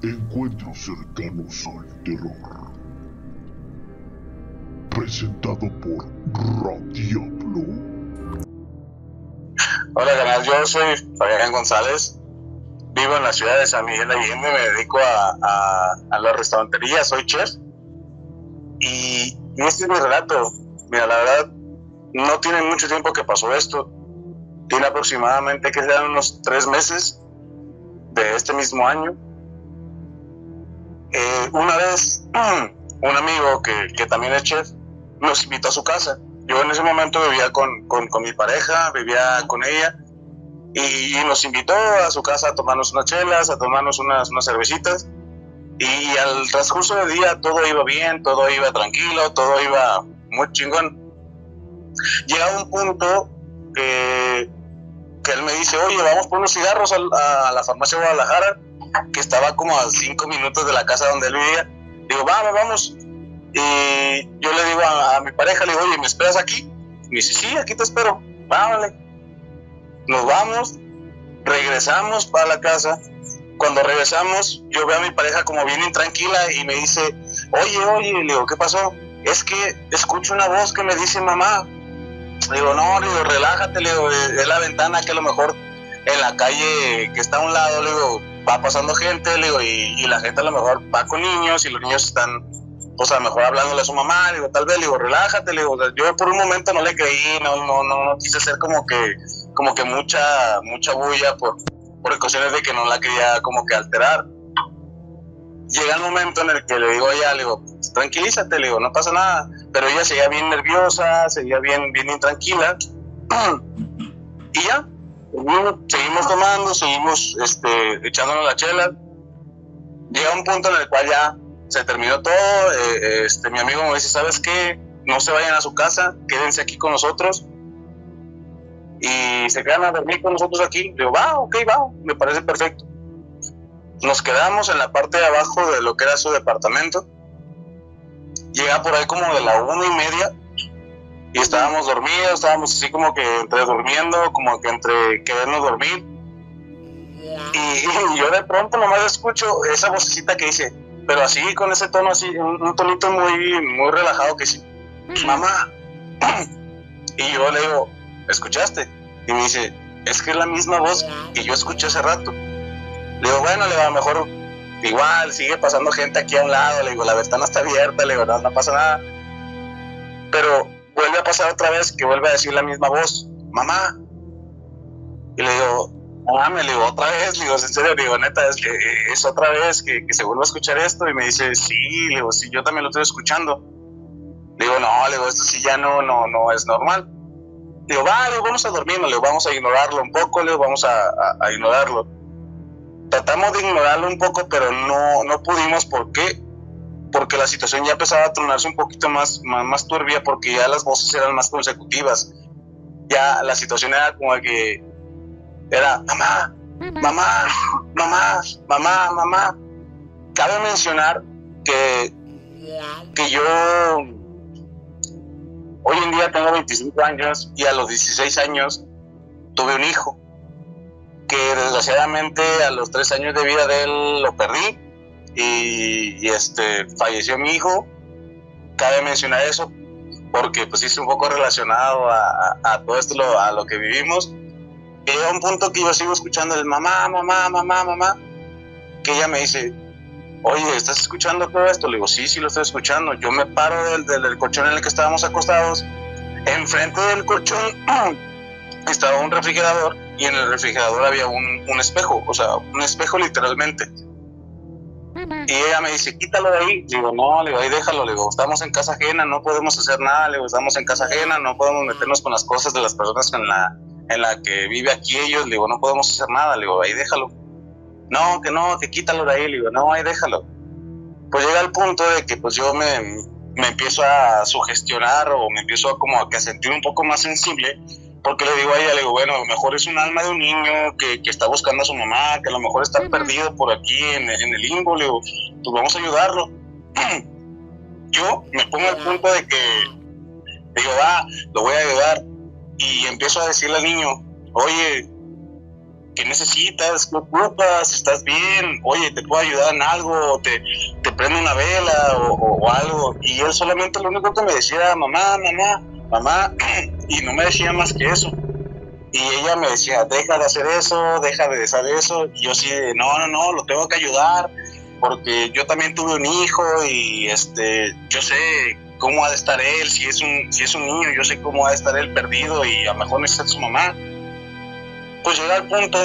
Encuentros cercanos al terror. Presentado por Rob Diablo. Hola, canal, yo soy Fabián González. Vivo en la ciudad de San Miguel de Allende, me dedico a la restaurantería, soy chef. Y este es mi relato. Mira, la verdad, no tiene mucho tiempo que pasó esto. Tiene aproximadamente que sean unos 3 meses de este mismo año. Una vez, un amigo que también es chef, nos invitó a su casa. Yo en ese momento vivía con mi pareja, vivía con ella, y nos invitó a su casa a tomarnos unas chelas, a tomarnos unas cervecitas. Y al transcurso del día todo iba bien, todo iba tranquilo, todo iba muy chingón. Llega un punto que él me dice: oye, vamos por unos cigarros a la farmacia de Guadalajara, que estaba como a 5 minutos de la casa donde él vivía. Digo, vamos. Y yo le digo a mi pareja, le digo, oye, ¿me esperas aquí? Me dice, sí, aquí te espero. Vale. Nos vamos, regresamos para la casa. Cuando regresamos, yo veo a mi pareja como bien intranquila y me dice, oye, le digo, ¿qué pasó? Es que escucho una voz que me dice mamá. Le digo, no, le digo, relájate, le digo, es la ventana que a lo mejor en la calle que está a un lado, le digo, va pasando gente, le digo, y la gente a lo mejor va con niños y los niños están, pues a lo mejor hablándole a su mamá. Le digo, tal vez, le digo, relájate, le digo, yo por un momento no le creí, no quise hacer como que mucha bulla por cuestiones de que no la quería como que alterar. Llega el momento en el que le digo a ella, le digo, tranquilízate, le digo, no pasa nada. Pero ella seguía bien nerviosa, seguía bien intranquila. Y ya, seguimos tomando, seguimos echándonos la chela. Llega un punto en el cual ya se terminó todo. Mi amigo me dice, ¿sabes qué? No se vayan a su casa, quédense aquí con nosotros. Y se quedan a dormir con nosotros aquí. Le digo, ok, me parece perfecto. Nos quedamos en la parte de abajo de lo que era su departamento. Llega por ahí como de la 1:30 y estábamos dormidos, estábamos así como que entre durmiendo, como que entre querernos dormir. Y yo de pronto nomás escucho esa vocecita que dice, pero así con ese tono así, un tonito muy relajado que dice, mamá. Y yo le digo, ¿escuchaste? Y me dice, es que es la misma voz que yo escuché hace rato. Le digo, bueno, le digo, a lo mejor igual sigue pasando gente aquí a un lado. Le digo, la ventana está abierta, le digo, no pasa nada. Pero vuelve a pasar otra vez que vuelve a decir la misma voz, mamá. Y le digo, me le digo, otra vez, le digo, en serio, le digo, neta, es que es otra vez que se vuelve a escuchar esto. Y me dice, sí, le digo, sí, yo también lo estoy escuchando. Le digo, no, le digo, esto sí ya no es normal. Le digo, le digo, vamos a dormirnos, le digo, vamos a ignorarlo un poco, le digo, vamos a ignorarlo. Tratamos de ignorarlo un poco, pero no pudimos. ¿Por qué? Porque la situación ya empezaba a tornarse un poquito más turbia, porque ya las voces eran más consecutivas. Ya la situación era como que era mamá. Cabe mencionar que yo hoy en día tengo 25 años y a los 16 años tuve un hijo que desgraciadamente a los 3 años de vida de él lo perdí y falleció mi hijo. Cabe mencionar eso porque pues es un poco relacionado a todo esto, a lo que vivimos. Llega un punto que yo sigo escuchando el mamá, que ella me dice, oye, ¿estás escuchando todo esto? Le digo, sí, lo estoy escuchando. Yo me paro del colchón en el que estábamos acostados. Enfrente del colchón estaba un refrigerador y en el refrigerador había un espejo, o sea, un espejo literalmente. Y ella me dice, quítalo de ahí. Le digo, no, le digo, ahí déjalo. Le digo, estamos en casa ajena, no podemos hacer nada. Le digo, estamos en casa ajena, no podemos meternos con las cosas de las personas en la que vive aquí ellos. Le digo, no podemos hacer nada. Le digo, ahí déjalo. No, que quítalo de ahí. Le digo, no, ahí déjalo. Pues llega el punto de que pues yo me empiezo a sugestionar o me empiezo a sentir un poco más sensible, porque le digo a ella, le digo, bueno, a lo mejor es un alma de un niño que está buscando a su mamá, que a lo mejor está perdido por aquí en el limbo. Le digo, pues vamos a ayudarlo. Yo me pongo al punto de que digo, lo voy a ayudar, y empiezo a decirle al niño, oye, ¿qué necesitas? ¿Qué ocupas? ¿Estás bien? Oye, ¿te puedo ayudar en algo? ¿Te prendo una vela o algo? Y él solamente lo único que me decía era mamá, mamá, mamá, y no me decía más que eso. Y ella me decía, deja de hacer eso, deja de hacer eso. Y yo sí, no, lo tengo que ayudar, porque yo también tuve un hijo y yo sé cómo ha de estar él, si es un niño, yo sé cómo ha de estar él perdido y a lo mejor necesita su mamá. Pues llega el punto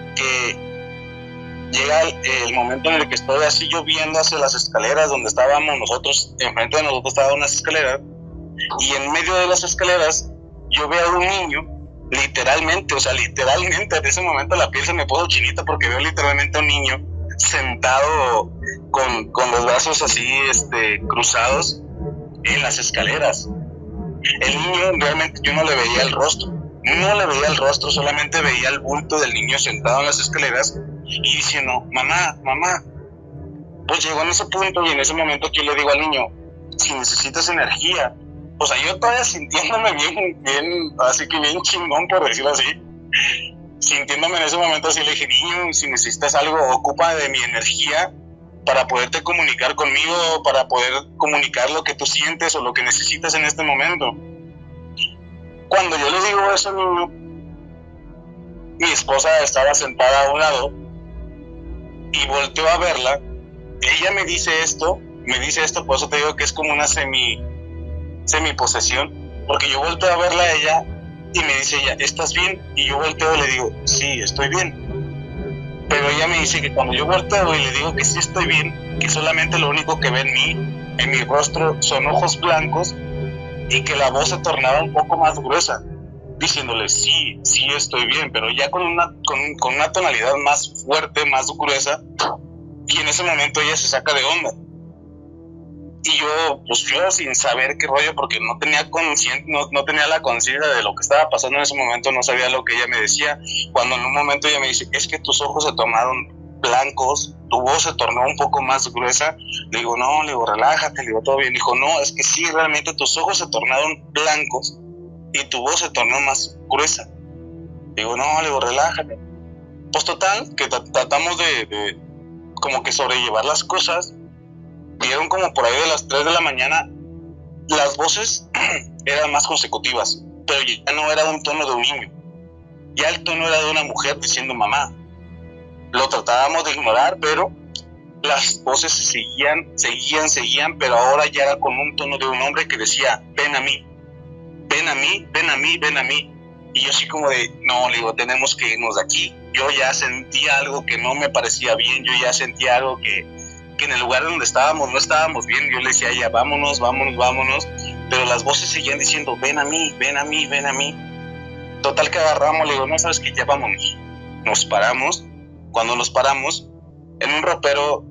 que llega el momento en el que estoy así yo viendo hacia las escaleras donde estábamos nosotros, enfrente de nosotros estaban unas escaleras, y en medio de las escaleras yo veo a un niño, literalmente, en ese momento la piel se me puso chinita porque veo literalmente a un niño sentado con los brazos así cruzados en las escaleras. El niño realmente yo no le veía el rostro, solamente veía el bulto del niño sentado en las escaleras y diciendo, mamá, mamá. Pues llegó en ese punto y en ese momento yo le digo al niño, si necesitas energía, o sea, yo todavía sintiéndome bien, así que bien chingón, por decirlo así, sintiéndome en ese momento así, le dije, niño, si necesitas algo, ocupa de mi energía para poderte comunicar conmigo, para poder comunicar lo que tú sientes o lo que necesitas en este momento. Cuando yo le digo eso al niño, mi esposa estaba sentada a un lado y volteo a verla. Ella me dice esto, por eso te digo que es como una semi-posesión, porque yo volteo a verla a ella y me dice ella, ¿estás bien? Y yo volteo y le digo, sí, estoy bien. Pero ella me dice que cuando yo volteo y le digo que sí estoy bien, que solamente lo único que ve en mi rostro, son ojos blancos y que la voz se tornaba un poco más gruesa, diciéndole, sí estoy bien, pero ya con una tonalidad más fuerte, más gruesa, y en ese momento ella se saca de onda. Y yo sin saber qué rollo, porque no tenía la conciencia de lo que estaba pasando en ese momento, no sabía lo que ella me decía. Cuando en un momento ella me dice, es que tus ojos se tornaron blancos, tu voz se tornó un poco más gruesa, le digo, no, le digo, relájate, le digo, todo bien. Dijo, no, es que sí, realmente tus ojos se tornaron blancos y tu voz se tornó más gruesa. Digo, no, le digo, relájate. Pues total, que tratamos de como que sobrellevar las cosas. Vieron como por ahí de las 3 de la mañana, las voces eran más consecutivas, pero ya no era un tono de un niño, ya el tono era de una mujer diciendo mamá. Lo tratábamos de ignorar, pero las voces seguían, pero ahora ya era con un tono de un hombre que decía, ven a mí, ven a mí, ven a mí, ven a mí. Y yo así como de, no, le digo, tenemos que irnos de aquí. Yo ya sentía algo que no me parecía bien, yo ya sentía algo que en el lugar donde estábamos no estábamos bien. Yo le decía a ella, vámonos, pero las voces seguían diciendo, ven a mí, ven a mí, ven a mí. Total que agarramos, le digo, no, sabes que ya vámonos. Nos paramos. Cuando nos paramos, en un ropero,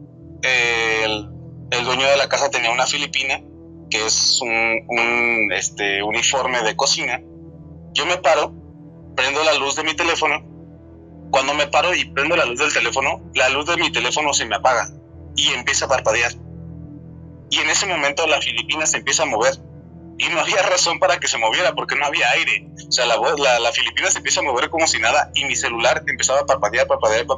el dueño de la casa tenía una filipina, que es un uniforme de cocina. Yo me paro, prendo la luz de mi teléfono. Cuando me paro y prendo la luz del teléfono, la luz de mi teléfono se me apaga y empieza a parpadear. Y en ese momento la filipina se empieza a mover. Y no había razón para que se moviera porque no había aire. O sea, la filipina se empieza a mover como si nada y mi celular empezaba a parpadear.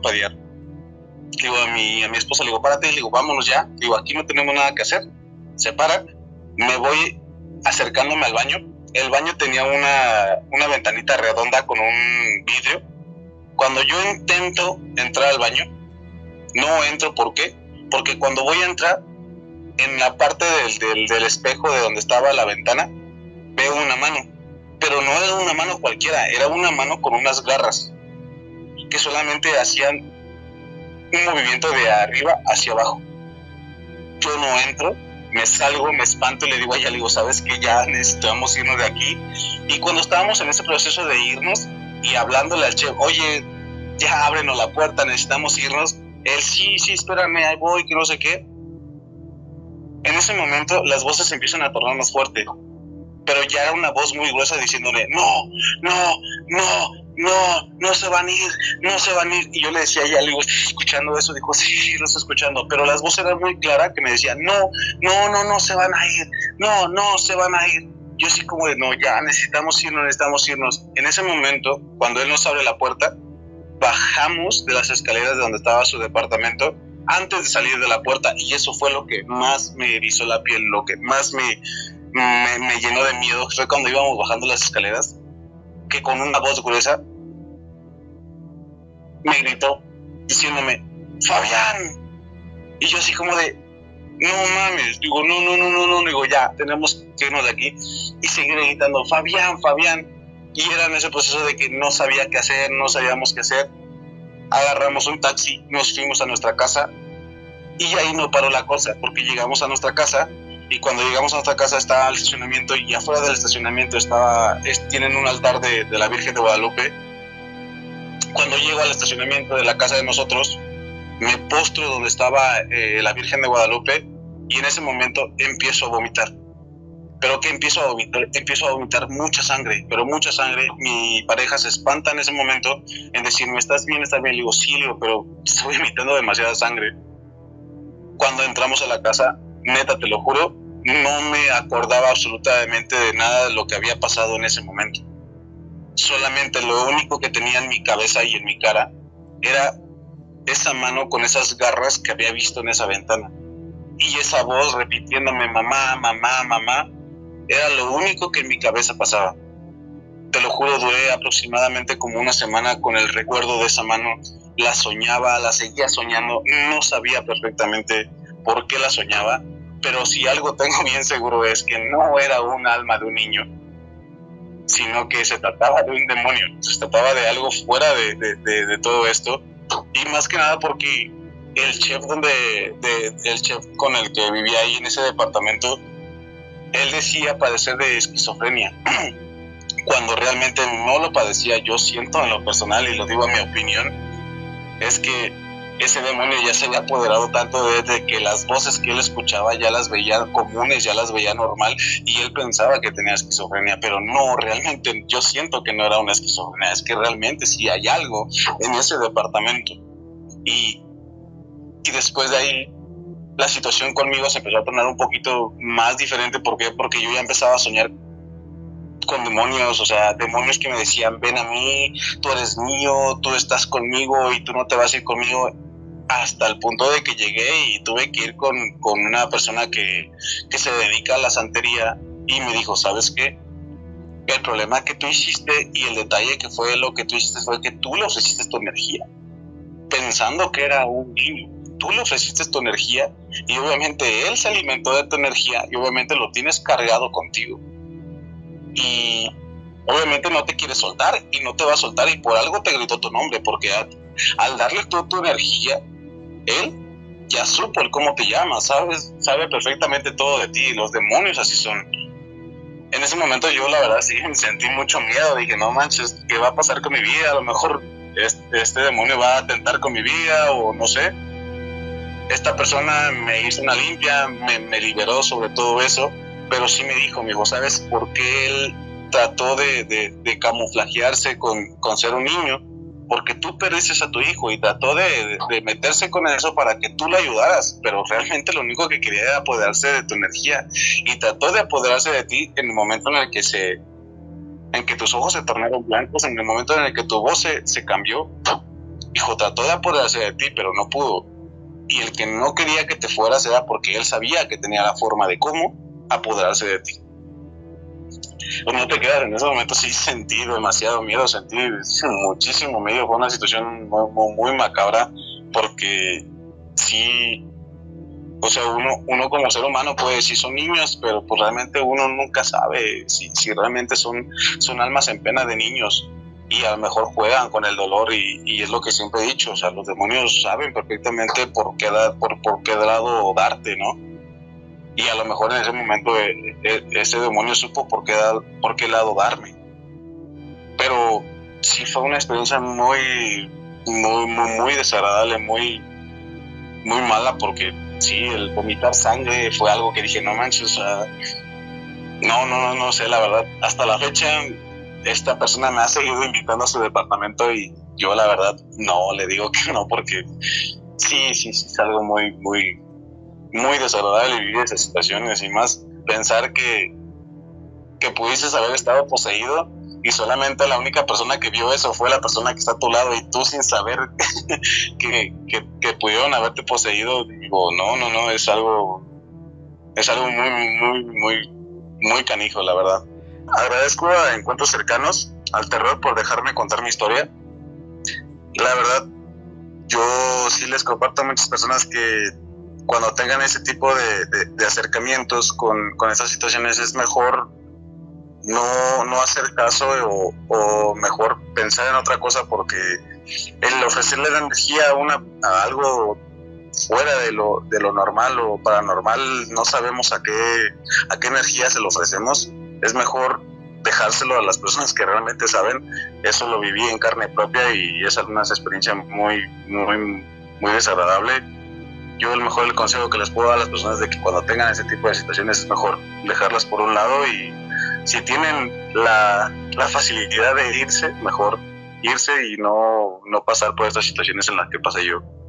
Digo a mi esposa, le digo, párate, le digo, vámonos ya. Digo, aquí no tenemos nada que hacer. Se para, me voy acercándome al baño. El baño tenía una ventanita redonda con un vidrio. Cuando yo intento entrar al baño, no entro. ¿Por qué? Porque cuando voy a entrar, en la parte del espejo de donde estaba la ventana, veo una mano. Pero no era una mano cualquiera, era una mano con unas garras que solamente hacían un movimiento de arriba hacia abajo. Yo no entro, me salgo, me espanto y le digo a ella, le digo, ¿sabes qué? Ya necesitamos irnos de aquí. Y cuando estábamos en ese proceso de irnos y hablándole al chef, oye, ya ábrenos la puerta, necesitamos irnos. Él, sí, espérame, ahí voy, que no sé qué. En ese momento las voces se empiezan a tornar más fuertes, pero ya era una voz muy gruesa diciéndole, no se van a ir. Y yo le decía a ella, le digo, ¿estás escuchando eso? Dijo, sí, lo estoy escuchando, pero las voces eran muy claras que me decían, no se van a ir, no se van a ir. Yo así como de, no, ya necesitamos irnos. En ese momento, cuando él nos abre la puerta, bajamos de las escaleras de donde estaba su departamento antes de salir de la puerta, y eso fue lo que más me erizó la piel, lo que más me llenó de miedo. Fue cuando íbamos bajando las escaleras, que con una voz gruesa me gritó diciéndome, Fabián. Y yo así como de, no mames, digo, no, digo, ya, tenemos que irnos de aquí. Y seguí gritando, Fabián. Y era en ese proceso de que no sabía qué hacer, no sabíamos qué hacer. Agarramos un taxi, nos fuimos a nuestra casa, y ahí no paró la cosa, porque llegamos a nuestra casa, y cuando llegamos a nuestra casa estaba el estacionamiento, y afuera del estacionamiento tienen un altar de la Virgen de Guadalupe. Cuando llego al estacionamiento de la casa de nosotros, me postro donde estaba la Virgen de Guadalupe, y en ese momento empiezo a vomitar. ¿Pero qué empiezo a vomitar? Empiezo a vomitar mucha sangre, pero mucha sangre. Mi pareja se espanta en ese momento en decirme, ¿estás bien? Le digo, sí, pero estoy vomitando demasiada sangre. Cuando entramos a la casa, neta, te lo juro, no me acordaba absolutamente de nada de lo que había pasado en ese momento. Solamente lo único que tenía en mi cabeza y en mi cara era esa mano con esas garras que había visto en esa ventana. Y esa voz repitiéndome, mamá, era lo único que en mi cabeza pasaba. Te lo juro, duré aproximadamente como una semana con el recuerdo de esa mano. La soñaba, la seguía soñando, no sabía perfectamente por qué la soñaba, pero si algo tengo bien seguro es que no era un alma de un niño, sino que se trataba de un demonio, se trataba de algo fuera de todo esto. Y más que nada porque el chef con el que vivía ahí en ese departamento, él decía padecer de esquizofrenia, cuando realmente no lo padecía. Yo siento en lo personal, y lo digo a mi opinión, es que ese demonio ya se había apoderado tanto de que las voces que él escuchaba ya las veía comunes, ya las veía normal, y él pensaba que tenía esquizofrenia, pero no, realmente yo siento que no era una esquizofrenia, es que realmente sí hay algo en ese departamento. Y después de ahí la situación conmigo se empezó a tornar un poquito más diferente. ¿Por qué? Porque yo ya empezaba a soñar con demonios, o sea, demonios que me decían, ven a mí, tú eres mío, tú estás conmigo y tú no te vas a ir conmigo, hasta el punto de que llegué y tuve que ir con una persona que se dedica a la santería, y me dijo, ¿sabes qué? El problema que tú hiciste y el detalle que fue lo que tú hiciste fue que tú le ofreciste tu energía, pensando que era un niño. Tú le ofreciste tu energía, y obviamente él se alimentó de tu energía, y obviamente lo tienes cargado contigo. Y obviamente no te quiere soltar, y no te va a soltar, y por algo te gritó tu nombre, porque al darle toda tu energía, él ya supo el cómo te llamas, sabe perfectamente todo de ti. Los demonios así son. En ese momento yo la verdad sí sentí mucho miedo. Dije, no manches, ¿qué va a pasar con mi vida? A lo mejor este demonio va a atentar con mi vida, o no sé. Esta persona me hizo una limpia, me liberó sobre todo eso, pero sí me dijo, ¿sabes por qué él trató de camuflajearse con ser un niño? Porque tú perdiste a tu hijo, y trató de meterse con eso para que tú lo ayudaras, pero realmente lo único que quería era apoderarse de tu energía, y trató de apoderarse de ti en el momento en el que tus ojos se tornaron blancos, en el momento en el que tu voz se cambió. Hijo, trató de apoderarse de ti, pero no pudo. Y el que no quería que te fueras era porque él sabía que tenía la forma de cómo apoderarse de ti. Pues no te quedas, en ese momento sí sentí demasiado miedo, sentí muchísimo miedo. Fue una situación muy macabra, porque sí, o sea, uno como ser humano puede decir son niños, pero pues realmente uno nunca sabe si realmente son almas en pena de niños, y a lo mejor juegan con el dolor, y es lo que siempre he dicho, o sea, los demonios saben perfectamente por qué lado darte, ¿no? Y a lo mejor en ese momento ese demonio supo por qué lado darme. Pero sí fue una experiencia muy desagradable, muy mala, porque sí, el vomitar sangre fue algo que dije, no manches, o sea, no sé, la verdad, hasta la fecha esta persona me ha seguido invitando a su departamento, y yo la verdad no, le digo que no, porque sí es algo muy desagradable vivir esas situaciones, y más pensar que pudieses haber estado poseído y solamente la única persona que vio eso fue la persona que está a tu lado, y tú sin saber que pudieron haberte poseído, digo, no, es algo muy canijo, la verdad. Agradezco a Encuentros Cercanos, al terror, por dejarme contar mi historia. La verdad, yo sí les comparto a muchas personas que cuando tengan ese tipo de acercamientos con esas situaciones, es mejor no hacer caso, o mejor pensar en otra cosa, porque el ofrecerle la energía a algo fuera de lo normal o paranormal, no sabemos a qué energía se lo ofrecemos. Es mejor dejárselo a las personas que realmente saben. Eso lo viví en carne propia y es una experiencia muy desagradable. Yo el consejo que les puedo dar a las personas de que cuando tengan ese tipo de situaciones es mejor dejarlas por un lado, y si tienen la facilidad de irse, mejor irse y no pasar por estas situaciones en las que pasé yo.